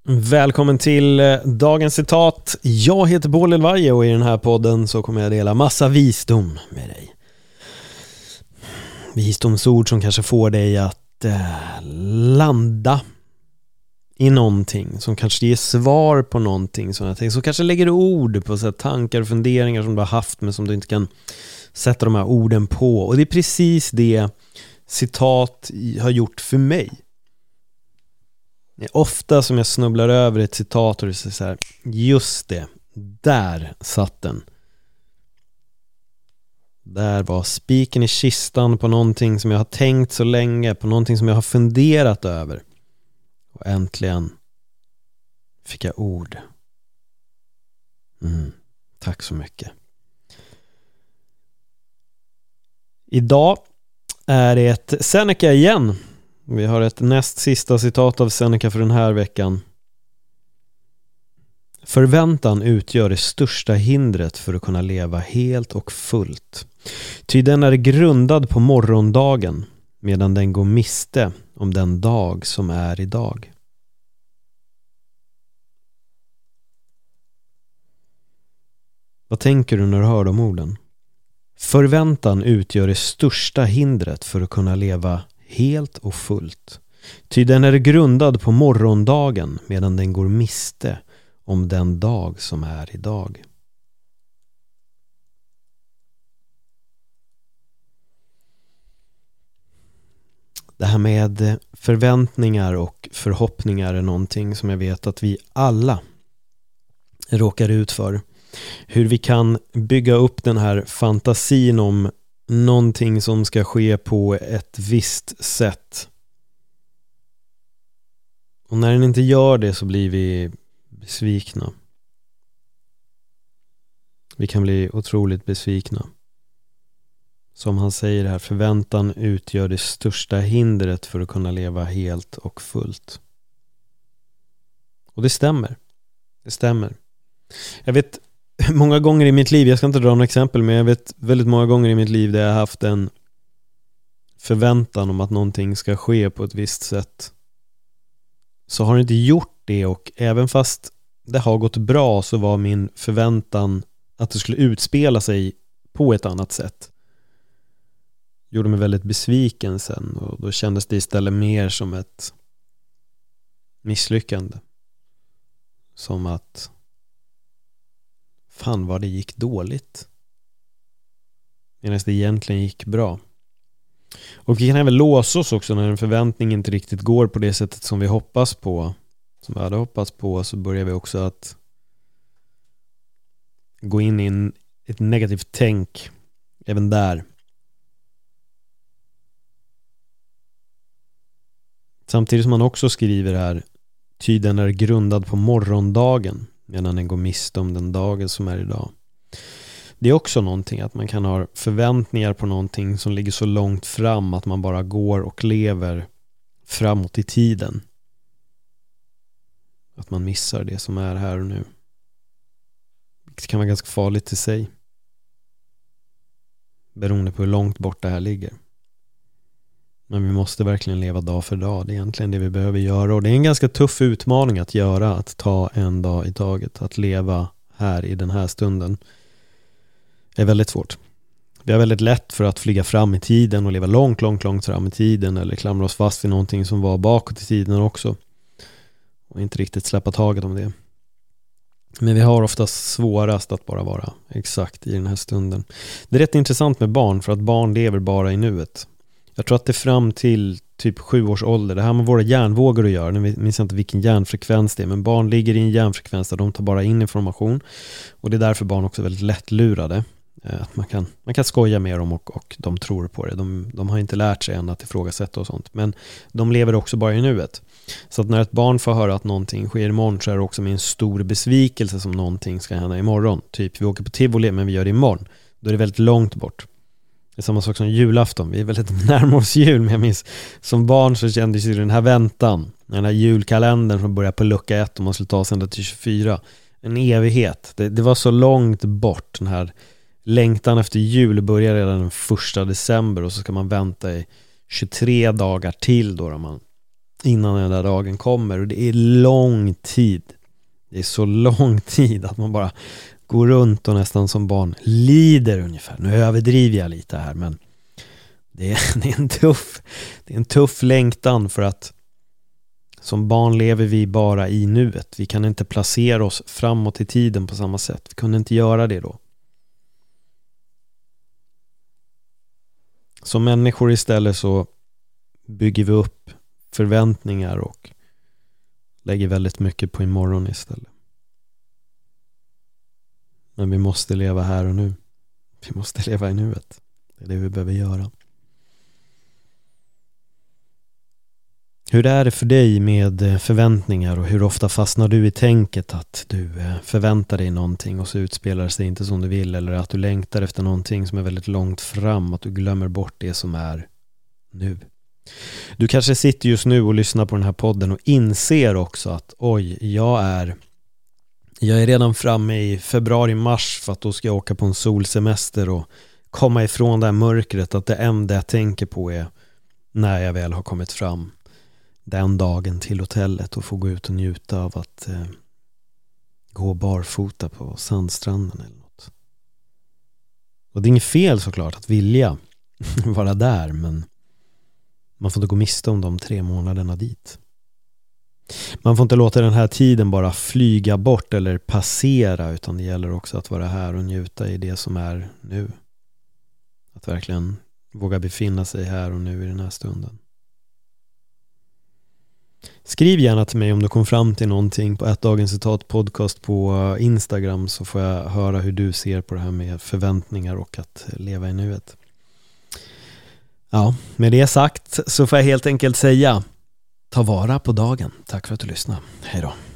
Välkommen till dagens citat. Jag heter Paul Elvaje och i den här podden så kommer jag dela massa visdom med dig. Visdomsord som kanske får dig att landa i någonting, som kanske ger svar på någonting, som kanske lägger ord på så här tankar och funderingar som du har haft men som du inte kan sätta de här orden på. Och det är precis det citat har gjort för mig. Det är ofta som jag snubblar över ett citat och det är så här, just det, där satt den. Där var spiken i kistan på någonting som jag har tänkt så länge, på någonting som jag har funderat över. Och äntligen fick jag ord. Tack så mycket. Idag är det ett Seneca igen. Vi har ett näst sista citat av Seneca för den här veckan. Förväntan utgör det största hindret för att kunna leva helt och fullt. Ty den är grundad på morgondagen, medan den går miste om den dag som är idag. Vad tänker du när du hör de orden? Förväntan utgör det största hindret för att kunna leva helt och fullt. Ty den är grundad på morgondagen, medan den går miste om den dag som är idag. Det här med förväntningar och förhoppningar är någonting som jag vet att vi alla råkar ut för. Hur vi kan bygga upp den här fantasin om någonting som ska ske på ett visst sätt. Och när den inte gör det så blir vi besvikna. Vi kan bli otroligt besvikna. Som han säger här, förväntan utgör det största hindret för att kunna leva helt och fullt. Och det stämmer. Det stämmer. Jag vet många gånger i mitt liv, jag ska inte dra några exempel, men jag vet väldigt många gånger i mitt liv där jag har haft en förväntan om att någonting ska ske på ett visst sätt. Så har det inte gjort det, och även fast det har gått bra så var min förväntan att det skulle utspela sig på ett annat sätt. Gjorde mig väldigt besviken sen, och då kändes det istället mer som ett misslyckande. Som att fan vad det gick dåligt, medan det egentligen gick bra. Och vi kan även låsa oss också när en förväntning inte riktigt går på det sättet som vi hoppas på, som vi hade hoppats på, så börjar vi också att gå in i ett negativt tänk även där. Samtidigt som man också skriver här, ty den är grundad på morgondagen, medan den går miste om den dagen som är idag. Det är också någonting att man kan ha förväntningar på någonting som ligger så långt fram att man bara går och lever framåt i tiden. Att man missar det som är här och nu. Det kan vara ganska farligt i sig, beroende på hur långt bort det här ligger. Men vi måste verkligen leva dag för dag. Det är egentligen det vi behöver göra. Och det är en ganska tuff utmaning att göra. Att ta en dag i taget. Att leva här i den här stunden. Det är väldigt svårt. Vi har väldigt lätt för att flyga fram i tiden. Och leva långt fram i tiden. Eller klamra oss fast vid någonting som var bakåt i tiden också. Och inte riktigt släppa taget om det. Men vi har oftast svårast att bara vara exakt i den här stunden. Det är rätt intressant med barn. För att barn lever bara i nuet. Jag tror att det är fram till typ 7 års ålder. Det här med våra hjärnvågor att göra. Nu minns jag inte vilken hjärnfrekvens det är. Men barn ligger i en hjärnfrekvens där de tar bara in information. Och det är därför barn också är väldigt lättlurade. Att man kan skoja med dem och de tror på det. De har inte lärt sig än att ifrågasätta och sånt. Men de lever också bara i nuet. Så att när ett barn får höra att någonting sker imorgon, så är det också med en stor besvikelse som någonting ska hända imorgon. Typ vi åker på tivoli men vi gör det imorgon. Då är det väldigt långt bort. Det är samma sak som julafton. Vi är väldigt närmare oss jul, men jag minns som barn så kändes ju den här väntan, den här julkalendern som börjar på lucka 1 och man skulle ta sig ända till 24, en evighet. Det var så långt bort. Den här längtan efter jul börjar redan den 1 december och så ska man vänta i 23 dagar till då man innan den där dagen kommer. Och det är lång tid. Det är så lång tid att man bara går runt och nästan som barn lider ungefär. Nu överdriver jag lite här, men det är en tuff längtan, för att som barn lever vi bara i nuet. Vi kan inte placera oss framåt i tiden på samma sätt. Vi kunde inte göra det då. Som människor istället så bygger vi upp förväntningar och lägger väldigt mycket på imorgon istället. Men vi måste leva här och nu. Vi måste leva i nuet. Det är det vi behöver göra. Hur är det för dig med förväntningar, och hur ofta fastnar du i tänket att du förväntar dig någonting och så utspelar det sig inte som du vill, eller att du längtar efter någonting som är väldigt långt fram, att du glömmer bort det som är nu. Du kanske sitter just nu och lyssnar på den här podden och inser också att jag är redan framme i februari-mars, för att då ska jag åka på en solsemester och komma ifrån det här mörkret, att det enda jag tänker på är när jag väl har kommit fram den dagen till hotellet och få gå ut och njuta av att gå barfota på sandstranden eller något. Och det är inget fel såklart att vilja vara där, men man får inte gå miste om de 3 månaderna dit. Man får inte låta den här tiden bara flyga bort eller passera, utan det gäller också att vara här och njuta i det som är nu. Att verkligen våga befinna sig här och nu i den här stunden. Skriv gärna till mig om du kom fram till någonting på Dagens Citat podcast på Instagram, så får jag höra hur du ser på det här med förväntningar och att leva i nuet. Ja, med det sagt så får jag helt enkelt säga: ta vara på dagen. Tack för att du lyssnade. Hej då.